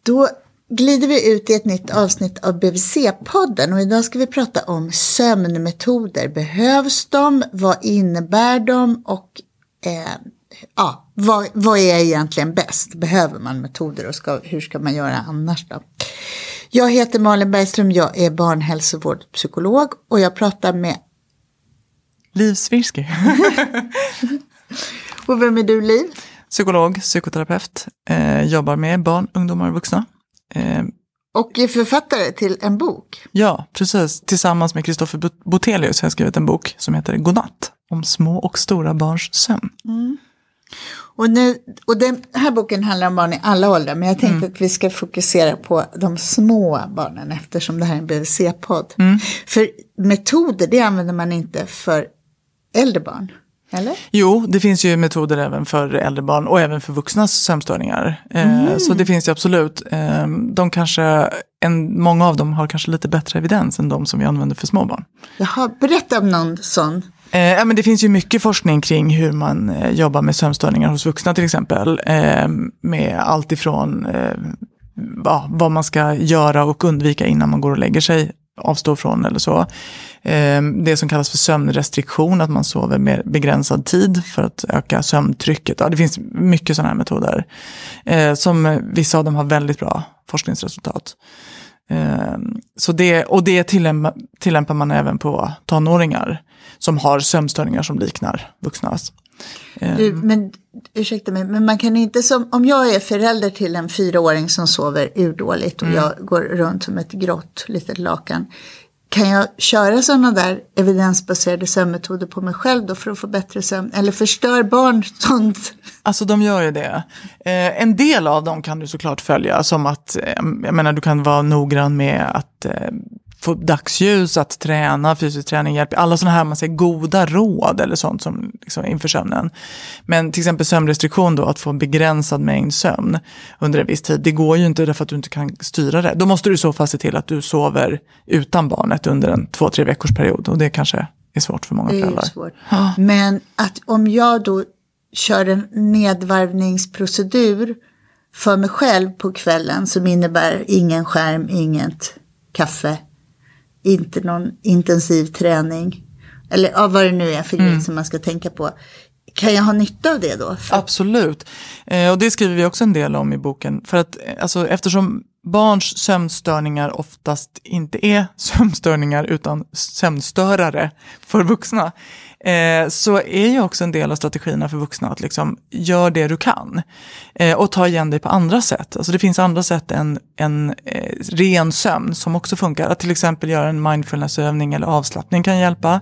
Då glider vi ut i ett nytt avsnitt av BVC-podden och idag ska vi prata om sömnmetoder. Behövs de? Vad innebär de? Och vad är egentligen bäst? Behöver man metoder och hur ska man göra annars då? Jag heter Malin Bergström, jag är barnhälsovårdspsykolog och jag pratar med Liv Svirsky. Och vem är du, Liv? Psykolog, psykoterapeut, jobbar med barn, ungdomar och vuxna. Och är författare till en bok. Ja, precis. Tillsammans med Kristoffer Botelius har jag skrivit en bok som heter Godnatt, om små och stora barns sömn. Mm. Och den här boken handlar om barn i alla åldrar, men jag tänkte att vi ska fokusera på de små barnen eftersom det här är en BVC-podd. För metoder, det använder man inte för äldre barn, eller? Jo, det finns ju metoder även för äldre barn och även för vuxnas sömnstörningar. Så det finns ju absolut. Många av dem har kanske lite bättre evidens än de som vi använder för små barn. Jaha, berätta om någon sån. Men det finns ju mycket forskning kring hur man jobbar med sömnstörningar hos vuxna till exempel. Med allt ifrån vad man ska göra och undvika innan man går och lägger sig, avstå från eller så. Det som kallas för sömnrestriktion, att man sover mer begränsad tid för att öka sömntrycket. Ja, det finns mycket sådana här metoder. Som vissa av dem har väldigt bra forskningsresultat. Så det tillämpar man även på tonåringar som har sömnstörningar som liknar vuxnas. Ursäkta mig, men man kan inte om jag är förälder till en 4-åring som sover urdåligt och jag går runt som ett grått litet lakan. Kan jag köra sådana där evidensbaserade sömnmetoder på mig själv då för att få bättre sömn? Eller förstör barn sånt? Alltså de gör ju det. En del av dem kan du såklart följa, som att du kan vara noggrann med att få dagsljus, att träna, fysisk träning, hjälp. Alla sådana här man säger goda råd eller sånt som liksom inför sömnen. Men till exempel sömnrestriktion då, att få en begränsad mängd sömn under en viss tid. Det går ju inte därför att du inte kan styra det. Då måste du så fast se till att du sover utan barnet under en 2-3 veckors period. Och det kanske är svårt för många föräldrar. Det är svårt. Men att om jag då kör en nedvarvningsprocedur för mig själv på kvällen som innebär ingen skärm, inget kaffe, inte någon intensiv träning eller vad det nu är för grej som man ska tänka på. Kan jag ha nytta av det då? Absolut. Och det skriver vi också en del om i boken. För att eftersom barns sömnstörningar oftast inte är sömnstörningar utan sömnstörare för vuxna. Så är ju också en del av strategierna för vuxna att liksom gör det du kan. Och ta igen dig på andra sätt. Alltså det finns andra sätt än en ren sömn som också funkar. Att till exempel göra en mindfulnessövning eller avslappning kan hjälpa.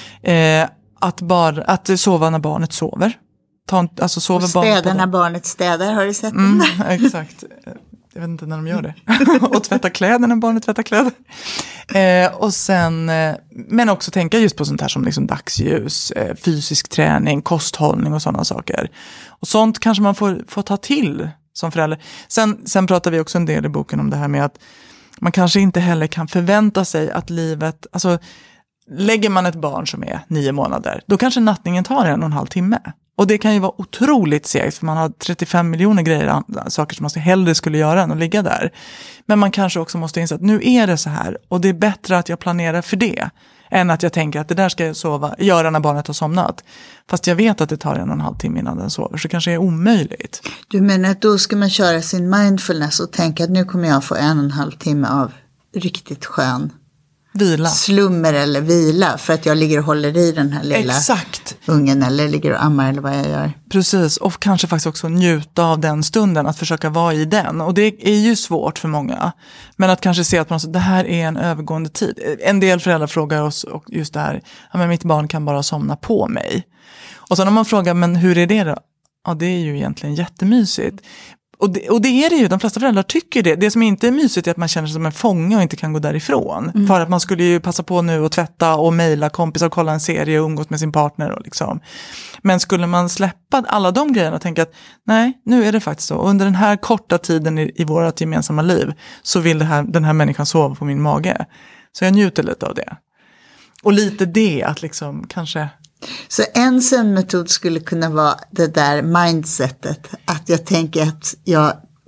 Att sova när barnet sover. Och städa när barnet städar, har du sett den? Exakt. Jag vet inte när de gör det. Och tvätta kläder när barnet tvättar kläder. Och sen, men också tänka just på sånt här som liksom dagsljus, fysisk träning, kosthållning och sådana saker. Och sånt kanske man får ta till som förälder. Sen pratar vi också en del i boken om det här med att man kanske inte heller kan förvänta sig att livet, alltså lägger man ett barn som är 9 månader, då kanske nattningen tar 1,5 timme. Och det kan ju vara otroligt segt för man har 35 miljoner grejer, saker som man hellre skulle göra än att ligga där. Men man kanske också måste inse att nu är det så här och det är bättre att jag planerar för det än att jag tänker att det där ska jag göra när barnet har somnat. Fast jag vet att det tar 1,5 timme innan den sover, så det kanske är omöjligt. Du menar att då ska man köra sin mindfulness och tänka att nu kommer jag få 1,5 timme av riktigt skön vila. Slummer eller vila för att jag ligger och håller i den här lilla ungen eller ligger och ammar eller vad jag gör. Precis, och kanske faktiskt också njuta av den stunden, att försöka vara i den. Och det är ju svårt för många. Men att kanske se att det här är en övergående tid. En del föräldrar frågar oss och just det här, men mitt barn kan bara somna på mig. Och så när man frågar, men hur är det då? Ja, det är ju egentligen jättemysigt. Och det är det ju, de flesta föräldrar tycker det. Det som inte är mysigt är att man känner sig som en fånge och inte kan gå därifrån. För att man skulle ju passa på nu att tvätta och mejla kompisar och kolla en serie och umgås med sin partner. Och liksom. Men skulle man släppa alla de grejerna och tänka att nej, nu är det faktiskt så. Och under den här korta tiden i vårt gemensamma liv så vill den här människan sova på min mage. Så jag njuter lite av det. Och lite det att liksom kanske... Så en sömnmetod skulle kunna vara det där mindsetet. Att jag tänker att jag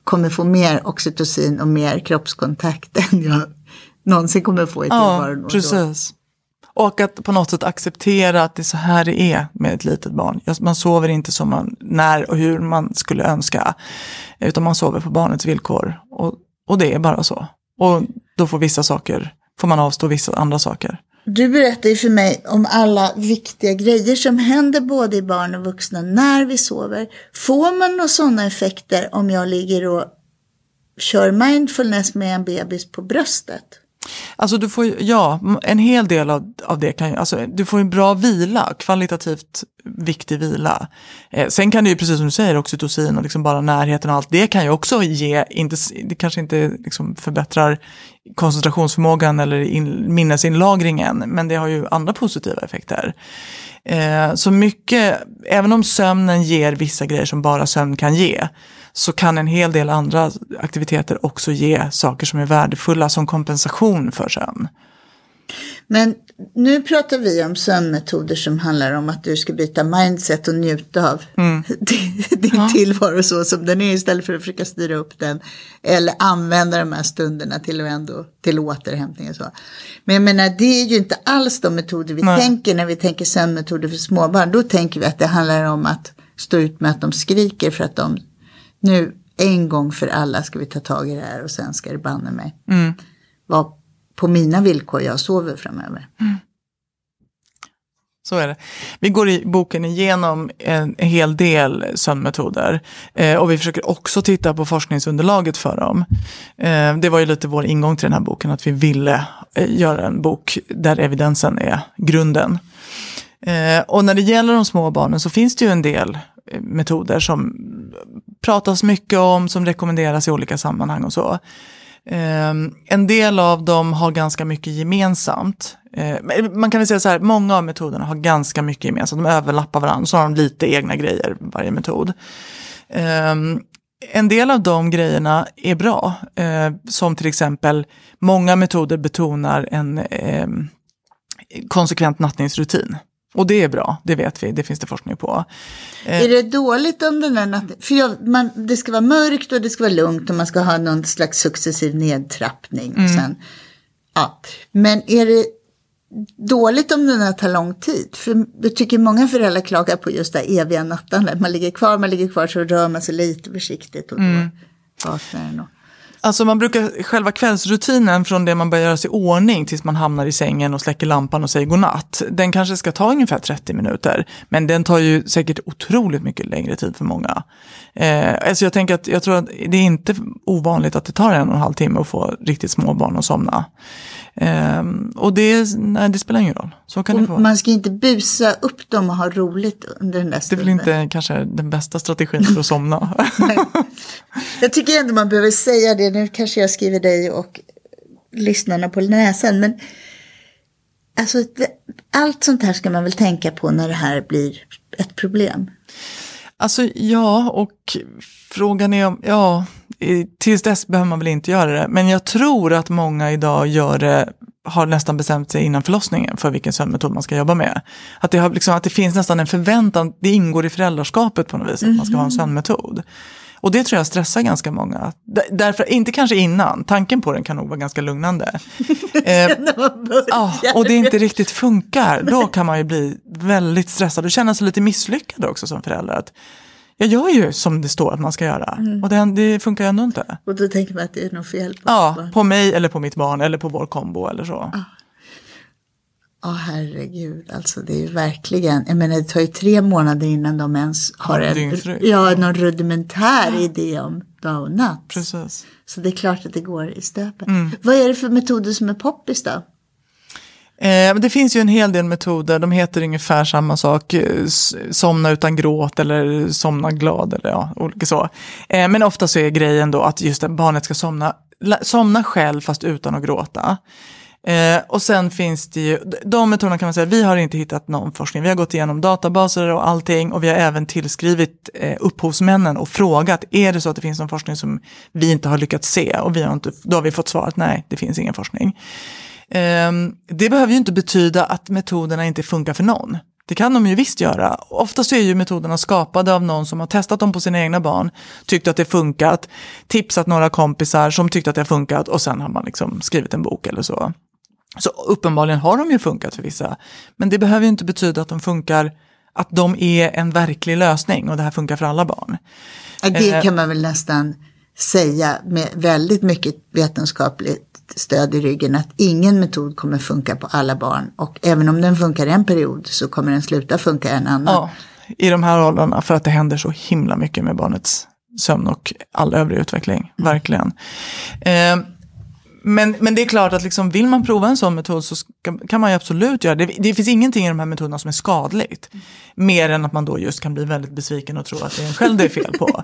kommer få mer oxytocin och mer kroppskontakt än jag någonsin kommer få i tillvaron. Ja, precis. Och att på något sätt acceptera att det är så här det är med ett litet barn. Man sover inte som man, när och hur man skulle önska. Utan man sover på barnets villkor. Och det är bara så. Och då får man avstå vissa andra saker. Du berättade ju för mig om alla viktiga grejer som händer både i barn och vuxna när vi sover. Får man några sådana effekter om jag ligger och kör mindfulness med en bebis på bröstet? Alltså du får en hel del av det kan ju, alltså du får en bra vila, kvalitativt viktig vila. Sen kan det ju, precis som du säger, oxytocin och liksom bara närheten och allt, det kan ju också ge, det kanske inte liksom förbättrar koncentrationsförmågan eller minnesinlagringen, men det har ju andra positiva effekter. Så mycket, även om sömnen ger vissa grejer som bara sömn kan ge, så kan en hel del andra aktiviteter också ge saker som är värdefulla som kompensation för sömn. Men nu pratar vi om sömnmetoder som handlar om att du ska byta mindset och njuta av din tillvaro så som den är, istället för att försöka styra upp den eller använda de här stunderna till återhämtning och så. Men jag menar, det är ju inte alls de metoder vi tänker när vi tänker sömnmetoder för småbarn. Då tänker vi att det handlar om att stå ut med att de skriker för att de nu en gång för alla ska vi ta tag i det här och sen ska det banna mig. Vad på mina villkor jag sover framöver. Så är det. Vi går i boken igenom en hel del sömnmetoder. Och vi försöker också titta på forskningsunderlaget för dem. Det var ju lite vår ingång till den här boken, att vi ville göra en bok där evidensen är grunden. Och när det gäller de små barnen så finns det ju en del metoder som pratas mycket om, som rekommenderas i olika sammanhang och så. En del av dem har ganska mycket gemensamt. Man kan väl säga så här, många av metoderna har ganska mycket gemensamt. De överlappar varandra, så har de lite egna grejer varje metod. En del av de grejerna är bra. Som till exempel, många metoder betonar en konsekvent nattningsrutin. Och det är bra, det vet vi, det finns det forskning på. Är det dåligt om den här natten? För det ska vara mörkt och det ska vara lugnt och man ska ha någon slags successiv nedtrappning. Och sen, Men är det dåligt om den här tar lång tid? För jag tycker många föräldrar klagar på just det eviga natten. Man ligger kvar så rör man sig lite försiktigt och då vaknar den. Alltså man brukar, själva kvällsrutinen från det man börjar göra sig i ordning tills man hamnar i sängen och släcker lampan och säger godnatt, den kanske ska ta ungefär 30 minuter. Men den tar ju säkert otroligt mycket längre tid för många. Alltså jag tror att det är inte ovanligt att det tar 1,5 timme att få riktigt små barn att somna. Och det spelar ingen roll. Så kan det få. Man ska inte busa upp dem och ha roligt under den där stunden. Det är väl inte kanske den bästa strategin för att somna. Jag tycker ändå man behöver säga det. Nu kanske jag skriver dig och lyssnarna på näsan. Men alltså, allt sånt här ska man väl tänka på när det här blir ett problem. Alltså ja, och frågan är om, tills dess behöver man väl inte göra det. Men jag tror att många idag har nästan bestämt sig innan förlossningen för vilken sömnmetod man ska jobba med. Att det finns nästan en förväntan, det ingår i föräldraskapet på något vis att man ska ha en sömnmetod. Och det tror jag stressar ganska många. Därför, inte kanske innan, tanken på den kan nog vara ganska lugnande. Och det inte riktigt funkar, då kan man ju bli väldigt stressad och känna sig lite misslyckad också som förälder. Att jag gör ju som det står att man ska göra. Och det funkar ju ändå inte. Och då tänker man att det är något fel på mig eller på mitt barn eller på vår kombo eller så. Herregud, alltså det är ju verkligen, jag menar det tar ju 3 månader innan de ens har någon rudimentär idé om dag och natt. Precis. Så det är klart att det går i stöpen. Vad är det för metoder som är poppis då? Det finns ju en hel del metoder, de heter ungefär samma sak, somna utan gråt eller somna glad eller olika så. Men ofta så är grejen då att just barnet ska somna själv fast utan att gråta. Och sen finns det ju, de metoderna kan man säga, vi har inte hittat någon forskning. Vi har gått igenom databaser och allting och vi har även tillskrivit upphovsmännen och frågat, är det så att det finns någon forskning som vi inte har lyckats se? Och då har vi fått svarat, nej, det finns ingen forskning. Det behöver ju inte betyda att metoderna inte funkar för någon. Det kan de ju visst göra. Oftast är ju metoderna skapade av någon som har testat dem på sina egna barn, tyckt att det funkat, tipsat några kompisar som tyckte att det har funkat och sen har man liksom skrivit en bok eller så. Så uppenbarligen har de ju funkat för vissa. Men det behöver ju inte betyda att de funkar, att de är en verklig lösning och det här funkar för alla barn. Det kan man väl nästan säga med väldigt mycket vetenskapligt stöd i ryggen, att ingen metod kommer funka på alla barn, och även om den funkar en period så kommer den sluta funka en annan. Ja, i de här åldrarna, för att det händer så himla mycket med barnets sömn och all övrig utveckling, verkligen. Men det är klart att liksom, vill man prova en sån metod så kan man ju absolut göra det. Det finns ingenting i de här metoderna som är skadligt. Mer än att man då just kan bli väldigt besviken och tro att det är en själv det är fel på.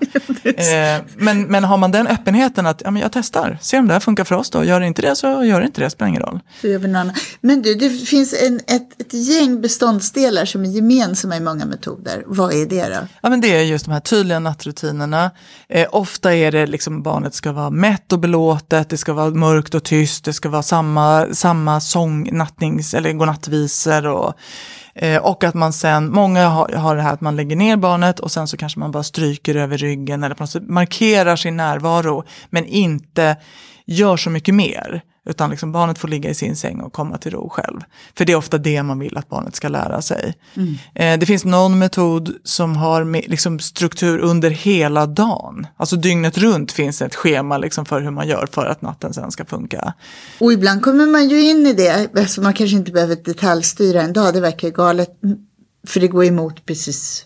Men har man den öppenheten att ja, men jag testar, se om det här funkar för oss då. Gör det inte det så gör det inte det, spelar ingen roll. Men du, det finns ett gäng beståndsdelar som är gemensamma i många metoder. Vad är det då? Ja, men det är just de här tydliga nattrutinerna. Ofta är det liksom barnet ska vara mätt och belåtet, det ska vara mörkt och tyst, det ska vara samma nattnings- eller godnattvisor och att man sen, många har det här att man lägger ner barnet och sen så kanske man bara stryker över ryggen eller på något sätt markerar sin närvaro men inte gör så mycket mer, utan liksom barnet får ligga i sin säng och komma till ro själv. För det är ofta det man vill att barnet ska lära sig. Det finns någon metod som har liksom struktur under hela dagen. Alltså dygnet runt finns ett schema liksom för hur man gör för att natten sen ska funka. Och ibland kommer man ju in i det, alltså man kanske inte behöver detaljstyra en dag, det verkar ju galet. För det går emot precis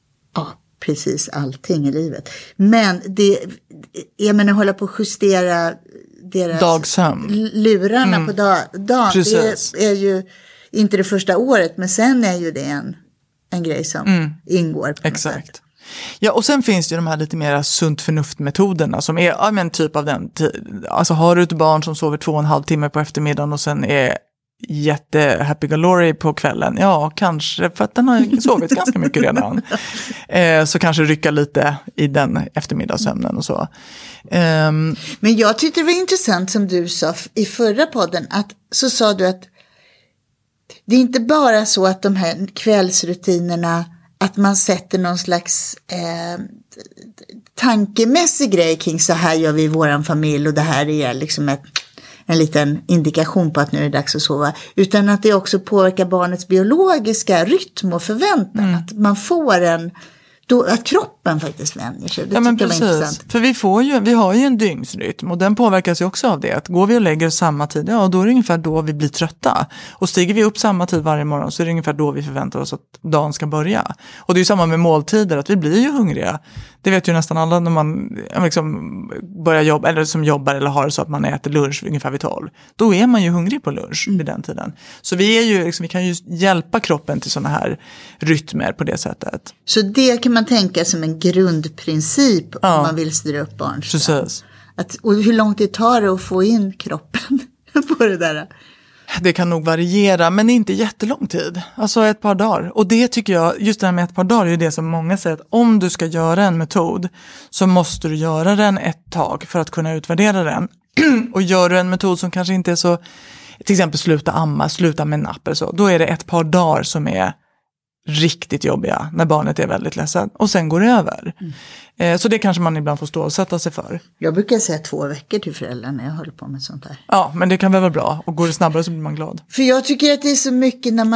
allting i livet. Men jag menar hålla på att justera deras dagsömn. Lurarna på dagen. Precis. Det är ju inte det första året, men sen är ju det en grej som ingår på exakt. Något sätt. Ja, och sen finns det ju de här lite mer sunt förnuft-metoderna som är en typ av den. Alltså har du ett barn som sover 2,5 timmar på eftermiddagen och sen är happy galore på kvällen. Ja, kanske för att den har sovit ganska mycket redan. Så kanske rycka lite i den eftermiddagssömnen och så. Men jag tyckte det var intressant som du sa i förra podden, så sa du att det är inte bara så att de här kvällsrutinerna, att man sätter någon slags tankemässig grej kring så här gör vi i våran familj och det här är liksom en liten indikation på att nu är det dags att sova. Utan att det också påverkar barnets biologiska rytm och förväntan. Att man får att kroppen faktiskt vänjer sig. Det men tycker jag var intressant. För vi har ju en dygnsrytm och den påverkas ju också av det. Att går vi och lägger samma tid, ja då är det ungefär då vi blir trötta. Och stiger vi upp samma tid varje morgon så är det ungefär då vi förväntar oss att dagen ska börja. Och det är ju samma med måltider, att vi blir ju hungriga. Det vet ju nästan alla när man liksom börjar jobba, eller som jobbar eller har så att man äter lunch ungefär vid 12. Då är man ju hungrig på lunch vid den tiden. Så vi kan ju hjälpa kroppen till såna här rytmer på det sättet. Så det kan man tänka som en grundprincip om man vill styra upp barn. Precis. Och hur lång tid tar det att få in kroppen på det där? Det kan nog variera, men inte jättelång tid. Alltså ett par dagar. Och det tycker jag, just det här med ett par dagar är ju det som många säger att om du ska göra en metod så måste du göra den ett tag för att kunna utvärdera den. Och gör du en metod som kanske inte är så, till exempel sluta amma, sluta med napp eller så, då är det ett par dagar som är riktigt jobbiga när barnet är väldigt ledsen och sen går det över. Så det kanske man ibland får stå och sätta sig för. Jag brukar säga 2 veckor till föräldrar när jag håller på med sånt här. Ja, men det kan väl vara bra och går det snabbare så blir man glad. För jag tycker att det är så mycket när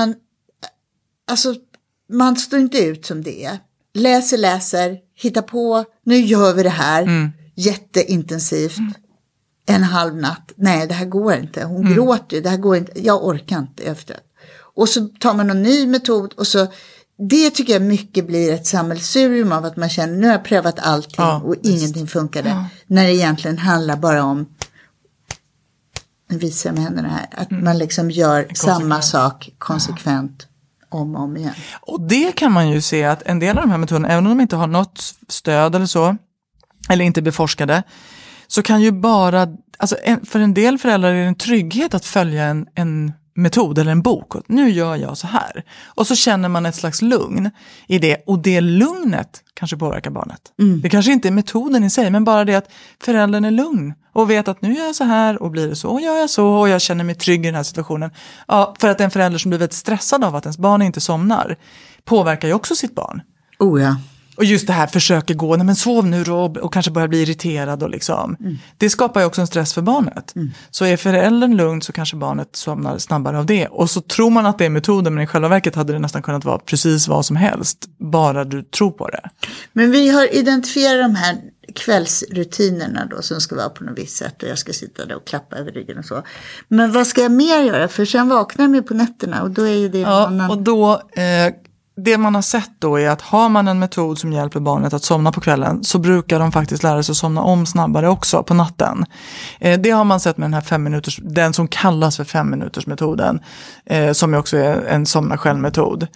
man står inte ut som det är. Läser, hittar på, nu gör vi det här jätteintensivt. En halv natt, nej det här går inte. Hon gråter ju, det här går inte, jag orkar inte efter. Och så tar man en ny metod och så, det tycker jag mycket blir ett sammelsurium av att man känner, nu har jag prövat allting och ingenting funkade. Ja. När det egentligen handlar bara om, nu visar jag med händerna här, att man liksom gör samma sak konsekvent om och om igen. Och det kan man ju se att en del av de här metoderna, även om de inte har något stöd eller så, eller inte beforskade, så kan ju bara, alltså för en del föräldrar är det en trygghet att följa en metod eller en bok. Och nu gör jag så här. Och så känner man ett slags lugn i det. Och det lugnet kanske påverkar barnet. Det kanske inte är metoden i sig, men bara det att föräldern är lugn. Och vet att nu gör jag så här och blir det så och gör jag så och jag känner mig trygg i den här situationen. Ja, för att en förälder som blir väldigt stressad av att ens barn inte somnar påverkar ju också sitt barn. Oh ja. Och just det här försöker gå, nej men sov nu då, och kanske börjar bli irriterad och liksom. Det skapar ju också en stress för barnet. Så är föräldern lugn så kanske barnet somnar snabbare av det. Och så tror man att det är metoden, men i själva verket hade det nästan kunnat vara precis vad som helst. Bara du tror på det. Men vi har identifierat de här kvällsrutinerna då som ska vara på något visst sätt. Och jag ska sitta där och klappa över ryggen och så. Men vad ska jag mer göra? För sen vaknar de ju på nätterna och då är ju det ja, och då... det man har sett då är att har man en metod som hjälper barnet att somna på kvällen så brukar de faktiskt lära sig att somna om snabbare också på natten. Det har man sett med den här den som kallas för 5-minuters-metoden, som ju också är en somna själv-metod.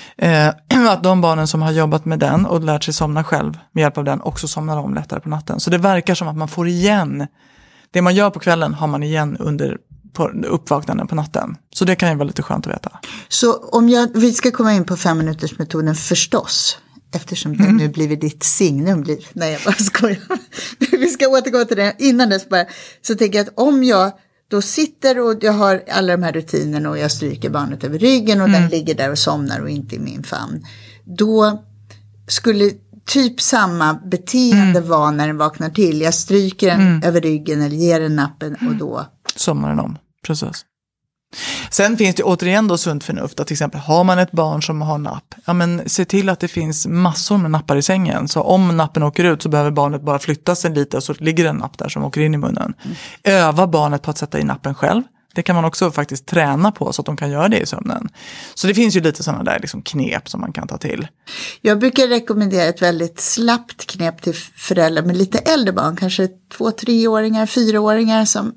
Att de barnen som har jobbat med den och lärt sig somna själv med hjälp av den också somnar om lättare på natten. Så det verkar som att man får igen det man gör på kvällen har man igen under på uppvaknanden på natten. Så det kan ju vara lite skönt att veta. Så vi ska komma in på 5-minutersmetoden förstås. Eftersom det nu blivit ditt signum. Nej, jag bara skojar. Vi ska återgå till det. Innan dess bara. Så tänker jag att om jag då sitter och jag har alla de här rutinerna och jag stryker barnet över ryggen och den ligger där och somnar och inte i min famn. Då skulle typ samma beteende vara när den vaknar till. Jag stryker den över ryggen eller ger den nappen och då somnar den om. Precis. Sen finns det återigen då sunt förnuft att till exempel har man ett barn som har napp, ja men se till att det finns massor med nappar i sängen. Så om nappen åker ut så behöver barnet bara flytta sig lite och så ligger en napp där som åker in i munnen. Öva barnet på att sätta i nappen själv. Det kan man också faktiskt träna på så att de kan göra det i sömnen. Så det finns ju lite sådana där liksom knep som man kan ta till. Jag brukar rekommendera ett väldigt slappt knep till föräldrar med lite äldre barn. Kanske 2-3-åringar, 4-åringar som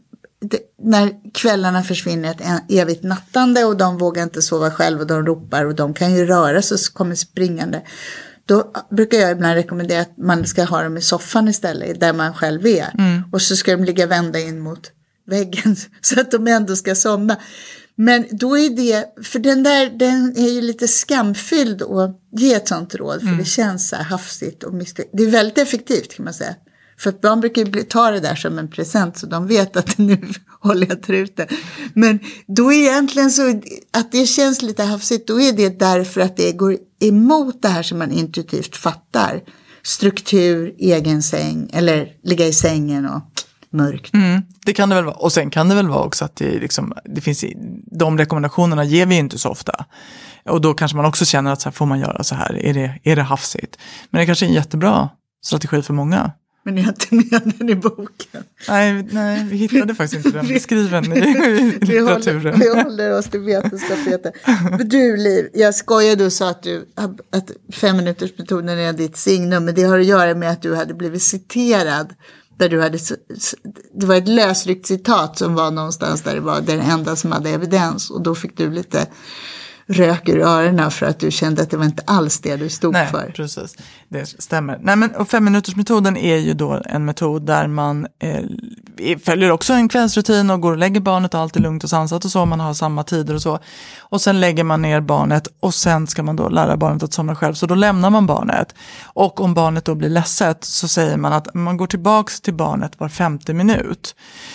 när kvällarna försvinner ett evigt nattande och de vågar inte sova själv och de ropar och de kan ju röra sig och kommer springande. Då brukar jag ibland rekommendera att man ska ha dem i soffan istället där man själv är. Och så ska de ligga vända in mot väggen så att de ändå ska somna. Men då är det, för den är ju lite skamfylld att ge ett sånt råd för det känns så här hafsigt och det är väldigt effektivt kan man säga. För att barn brukar ta det där som en present så de vet att nu håller jag truten. Men då är egentligen så att det känns lite hafsigt, då är det därför att det går emot det här som man intuitivt fattar. Struktur, egen säng eller ligga i sängen och mörkt. Det kan det väl vara. Och sen kan det väl vara också att det finns de rekommendationerna ger vi inte så ofta. Och då kanske man också känner att så här, får man göra så här? Är det hafsigt? Men det kanske är en jättebra strategi för många. Men jag är inte med den i boken. Nej, vi hittade faktiskt inte den beskriven i litteraturen. Vi håller oss till vetenskapligheten. Men du Liv, jag skojade och sa att 5-minutersmetoden är ditt signum. Men det har att göra med att du hade blivit citerad. Där det var ett lösryckt citat som var någonstans där det var den enda som hade evidens. Och då fick du lite rök ur öronen för att du kände att det var inte alls det du stod för. Nej, precis. Det stämmer. Nej, men 5-minutersmetoden är ju då en metod där man följer också en kvällsrutin och går och lägger barnet och allt är lugnt och sansat och så. Man har samma tider och så. Och sen lägger man ner barnet och sen ska man då lära barnet att somna själv. Så då lämnar man barnet. Och om barnet då blir ledset så säger man att man går tillbaks till barnet var 50 minut.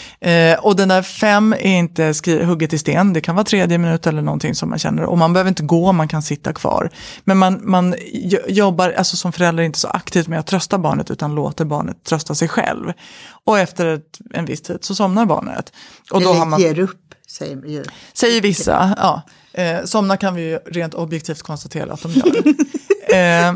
Och den där 5 är inte hugget i sten. Det kan vara 3:e minut eller någonting som man känner. Och man behöver inte gå, man kan sitta kvar. Men man jobbar alltså som förälder inte så aktivt med att trösta barnet utan låter barnet trösta sig själv. Och efter en viss tid så somnar barnet. Och då har man ger upp, säger vissa. Ja. Somna kan vi ju rent objektivt konstatera att de gör.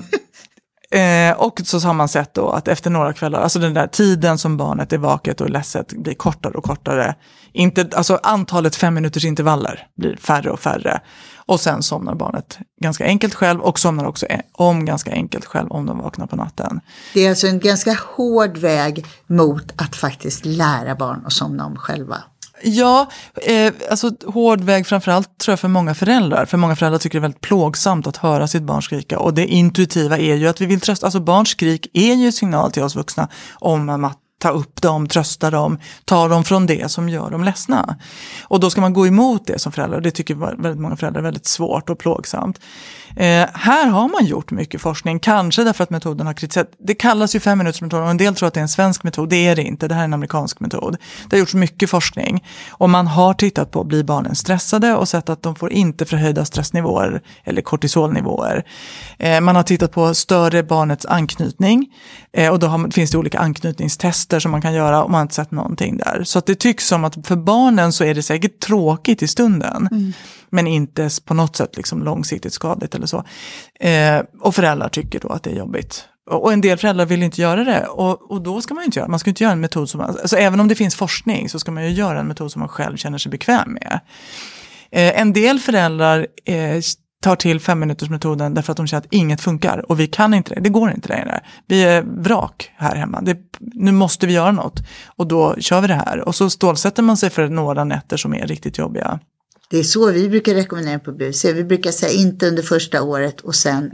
Och så har man sett då att efter några kvällar, alltså den där tiden som barnet är vaket och ledset blir kortare och kortare. Alltså antalet 5-minuters intervaller blir färre och färre. Och sen somnar barnet ganska enkelt själv och somnar också om ganska enkelt själv om de vaknar på natten. Det är alltså en ganska hård väg mot att faktiskt lära barn att somna om själva. Ja, alltså hård väg framförallt tror jag för många föräldrar. För många föräldrar tycker det är väldigt plågsamt att höra sitt barn skrika. Och det intuitiva är ju att vi vill trösta. Alltså barns skrik är ju signal till oss vuxna om ta upp dem, trösta dem, ta dem från det som gör dem ledsna. Och då ska man gå emot det som förälder. Det tycker väldigt många föräldrar är väldigt svårt och plågsamt. Här har man gjort mycket forskning, kanske därför att metoden har kritiserat. Det kallas ju 5-minutersmetoden och en del tror att det är en svensk metod. Det är det inte, det här är en amerikansk metod. Det har gjorts mycket forskning och man har tittat på, blir barnen stressade och sett att de får inte förhöjda stressnivåer eller kortisolnivåer. Man har tittat på större barnets anknytning och då finns det olika anknytningstester som man kan göra och man har inte sett någonting där. Så att det tycks som att för barnen så är det säkert tråkigt i stunden. Men inte på något sätt liksom långsiktigt skadligt eller så. Och föräldrar tycker då att det är jobbigt. Och en del föräldrar vill inte göra det. Och då ska man ju inte göra. Man ska inte göra en metod som... Alltså även om det finns forskning så ska man ju göra en metod som man själv känner sig bekväm med. En del föräldrar tar till 5-minutersmetoden därför att de känner att inget funkar. Och vi kan inte det. Det går inte längre. Vi är vrak här hemma. Nu måste vi göra något. Och då kör vi det här. Och så stålsätter man sig för några nätter som är riktigt jobbiga. Det är så vi brukar rekommendera på BUC. Vi brukar säga inte under första året och sen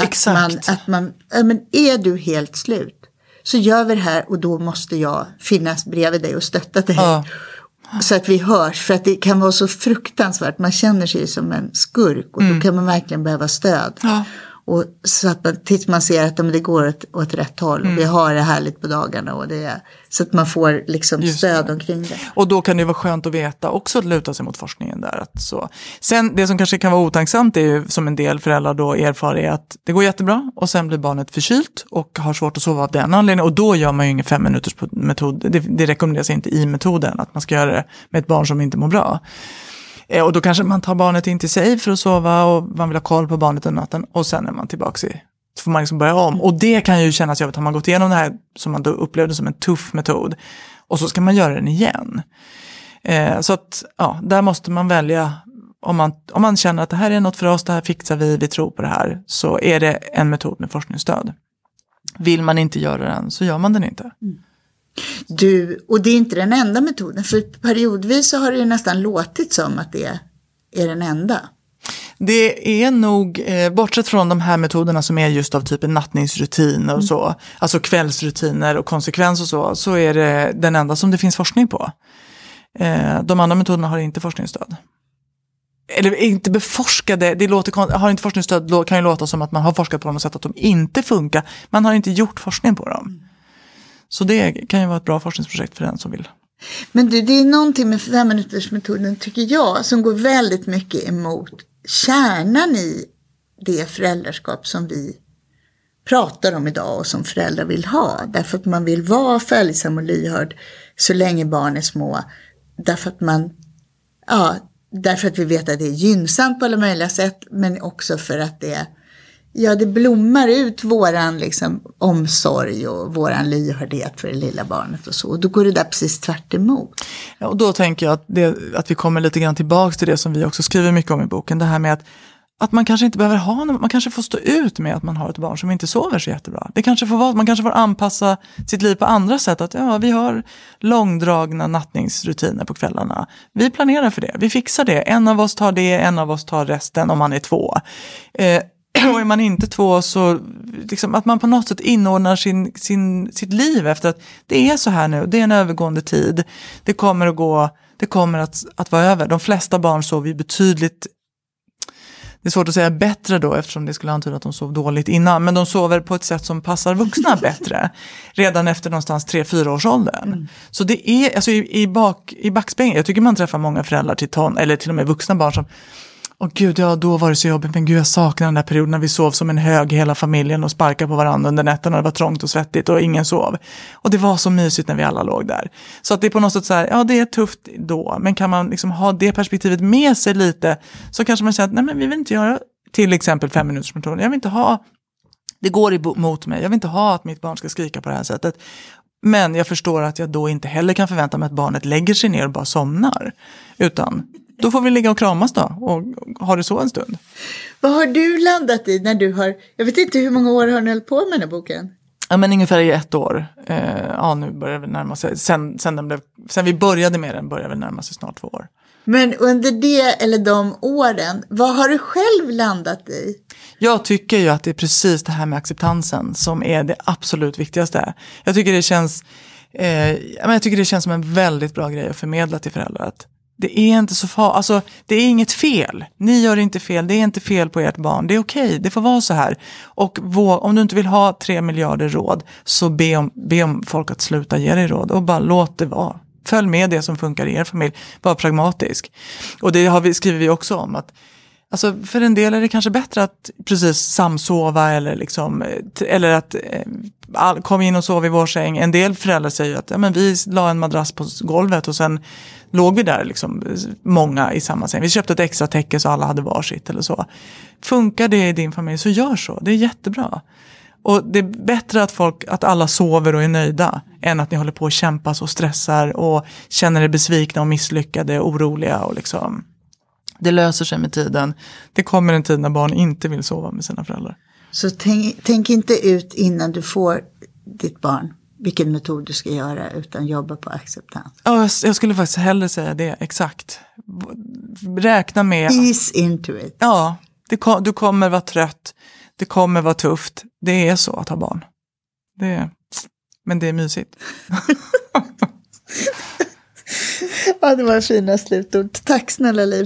men är du helt slut så gör vi det här och då måste jag finnas bredvid dig och stötta dig. Ja. Så att vi hörs, för att det kan vara så fruktansvärt. Man känner sig som en skurk och då kan man verkligen behöva stöd. Ja. Och så att tills man ser att det går åt rätt håll och vi har det härligt på dagarna och så att man får liksom stöd omkring det. Och då kan det vara skönt att veta också att luta sig mot forskningen där. Att så. Sen det som kanske kan vara otacksamt är ju som en del föräldrar då erfar är att det går jättebra och sen blir barnet förkylt och har svårt att sova av den anledningen. Och då gör man ju ingen 5-minuters metod. Det rekommenderas inte i metoden att man ska göra det med ett barn som inte mår bra. Och då kanske man tar barnet in till sig för att sova och man vill ha koll på barnet under natten och sen är man tillbaka så får man liksom börja om. Och det kan ju kännas jobbigt, har man gått igenom det här som man då upplevde som en tuff metod och så ska man göra den igen. Så att där måste man välja, om man känner att det här är något för oss, det här fixar vi tror på det här, så är det en metod med forskningsstöd. Vill man inte göra den så gör man den inte. Och det är inte den enda metoden, för periodvis så har det ju nästan låtit som att det är den enda. Det är nog, bortsett från de här metoderna som är just av typen nattningsrutin och så, alltså kvällsrutiner och konsekvens och så är det den enda som det finns forskning på. De andra metoderna har inte forskningsstöd. Eller inte beforskade, har inte forskningsstöd kan ju låta som att man har forskat på dem och sett att de inte funkar. Man har inte gjort forskning på dem. Så det kan ju vara ett bra forskningsprojekt för den som vill. Men det är någonting med 5-minutersmetoden tycker jag som går väldigt mycket emot kärnan i det föräldraskap som vi pratar om idag och som föräldrar vill ha. Därför att man vill vara följsam och lyhörd så länge barn är små. Därför att vi vet att det är gynnsamt på alla möjliga sätt, men också för att det blommar ut våran liksom omsorg och våran lyhördhet för det lilla barnet och så. Och då går det där precis tvärt emot. Ja, och då tänker jag att vi kommer lite grann tillbaka till det som vi också skriver mycket om i boken. Det här med att man kanske inte behöver man kanske får stå ut med att man har ett barn som inte sover så jättebra. Det kanske får vara, man kanske får anpassa sitt liv på andra sätt. Att vi har långdragna nattningsrutiner på kvällarna. Vi planerar för det, vi fixar det. En av oss tar det, en av oss tar resten om man är 2. Och är man inte 2 så liksom att man på något sätt inordnar sitt liv efter att det är så här nu, det är en övergående tid, det kommer att gå, det kommer att vara över. De flesta barn sover ju betydligt, det är svårt att säga bättre då eftersom det skulle antyda att de sov dåligt innan, men de sover på ett sätt som passar vuxna bättre redan efter någonstans 3-4 års åldern. Så det är alltså i backspegeln, jag tycker man träffar många föräldrar till eller till och med vuxna barn som gud, då var det så jobbigt, men gud jag saknar den där perioden när vi sov som en hög hela familjen och sparkade på varandra under nätterna, det var trångt och svettigt och ingen sov. Och det var så mysigt när vi alla låg där. Så att det är på något sätt så här, det är tufft då, men kan man liksom ha det perspektivet med sig lite så kanske man säger att nej men vi vill inte göra till exempel 5-minutersmetoden. Jag vill inte ha, det går emot mig, jag vill inte ha att mitt barn ska skrika på det här sättet. Men jag förstår att jag då inte heller kan förvänta mig att barnet lägger sig ner och bara somnar, utan då får vi ligga och kramas då och ha det så en stund. Vad har du landat i när du har, jag vet inte hur många år har ni hållit på med den här boken? Ja, men ungefär i 1 år. Nu börjar vi närma sig, sen vi började med den börjar vi närma sig snart 2 år. Men under det eller de åren, vad har du själv landat i? Jag tycker ju att det är precis det här med acceptansen som är det absolut viktigaste. Jag tycker det känns Men jag tycker det känns som en väldigt bra grej att förmedla till föräldrar. Att det är inte så farligt, alltså det är inget fel. Ni gör inte fel, det är inte fel på ert barn. Det är okej, det får vara så här. Och om du inte vill ha 3 miljarder råd, så be om folk att sluta ge dig råd. Och bara låt det vara. Följ med det som funkar i er familj. Var pragmatisk. Och det skriver vi också om att alltså för en del är det kanske bättre att precis samsova eller att kom in och sov i vår säng. En del föräldrar säger att vi la en madrass på golvet och sen låg vi där många i samma säng. Vi köpte ett extra täcke så alla hade varsitt eller så. Funkar det i din familj så gör så. Det är jättebra. Och det är bättre att alla sover och är nöjda än att ni håller på och kämpas och stressar och känner er besvikna och misslyckade och oroliga och det löser sig med tiden. Det kommer en tid när barn inte vill sova med sina föräldrar. Så tänk inte ut innan du får ditt barn vilken metod du ska göra, utan jobba på acceptans. Ja, jag skulle faktiskt hellre säga det, exakt. Räkna med... Ease into it. Ja, du kommer vara trött. Det kommer vara tufft. Det är så att ha barn. Men det är mysigt. Ja, det var fina slutord. Tack snälla Liv.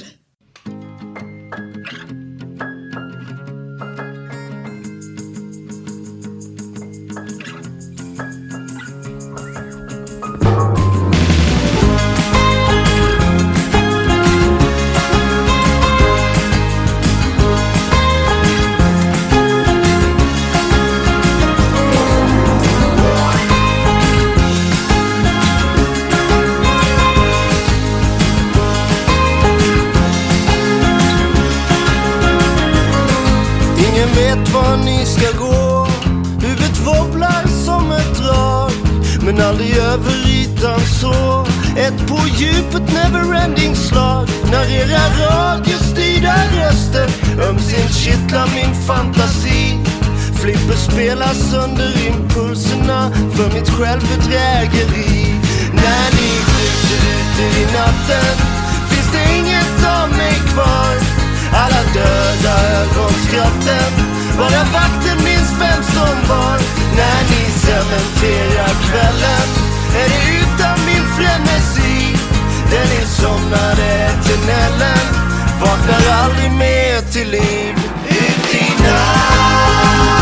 Men aldrig över ytan så. Ett på djupet neverending slag. När era radiostyrda röster ömsint kittlar min fantasi. Flipper spelar sönder impulserna för mitt självbedrägeri. När ni skjuter ut i natten finns det inget av mig kvar. Alla döda ögonskratten, bara vakten minns vem som var. När ni cementerar kvällen är det utan min frenesi. Den insomnade tunneln vaknar aldrig mer till liv. Ut i natten,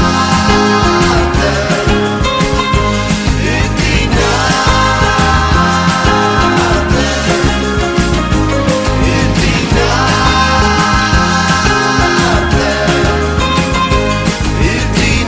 ut i natten, ut i natten, ut i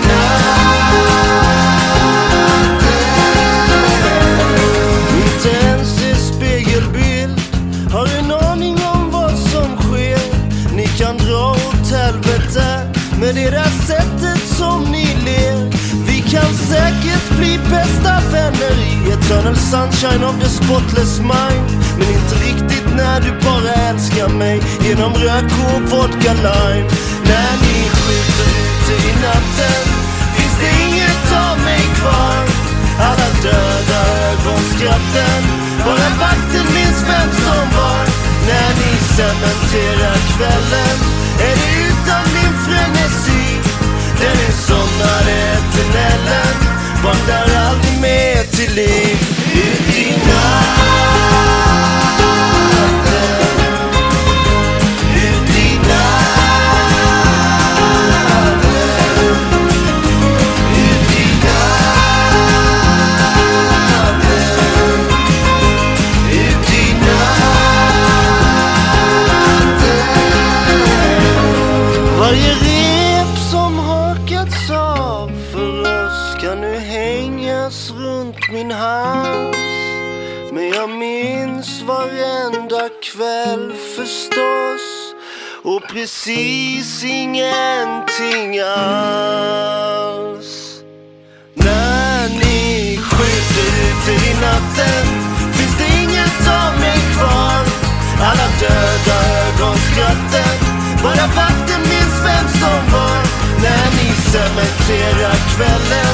med det där sättet som ni ler. Vi kan säkert bli bästa vänner i eternal sunshine of the spotless mind. Men inte riktigt när du bara älskar mig genom rök och vodka lime. När ni skjuter ut i natten finns det inget av mig kvar. Alla döda ögonskratten, bara vakten minns vem som var. När ni cementerar kvällen är det utan min frenesi. Den insomnade tunneln vaknar aldrig mer till liv. Ut i natten, ut i natten, ut i natten, ut i natten. Varje rep som hakats av för oss kan nu hängas runt min hals. Men jag minns varenda kväll förstås, och precis ingenting alls. När ni skjuter ut i natten finns det inget av mig kvar. Alla döda ögonskratten, bara vakten minns vem som var. När ni cementerar kvällen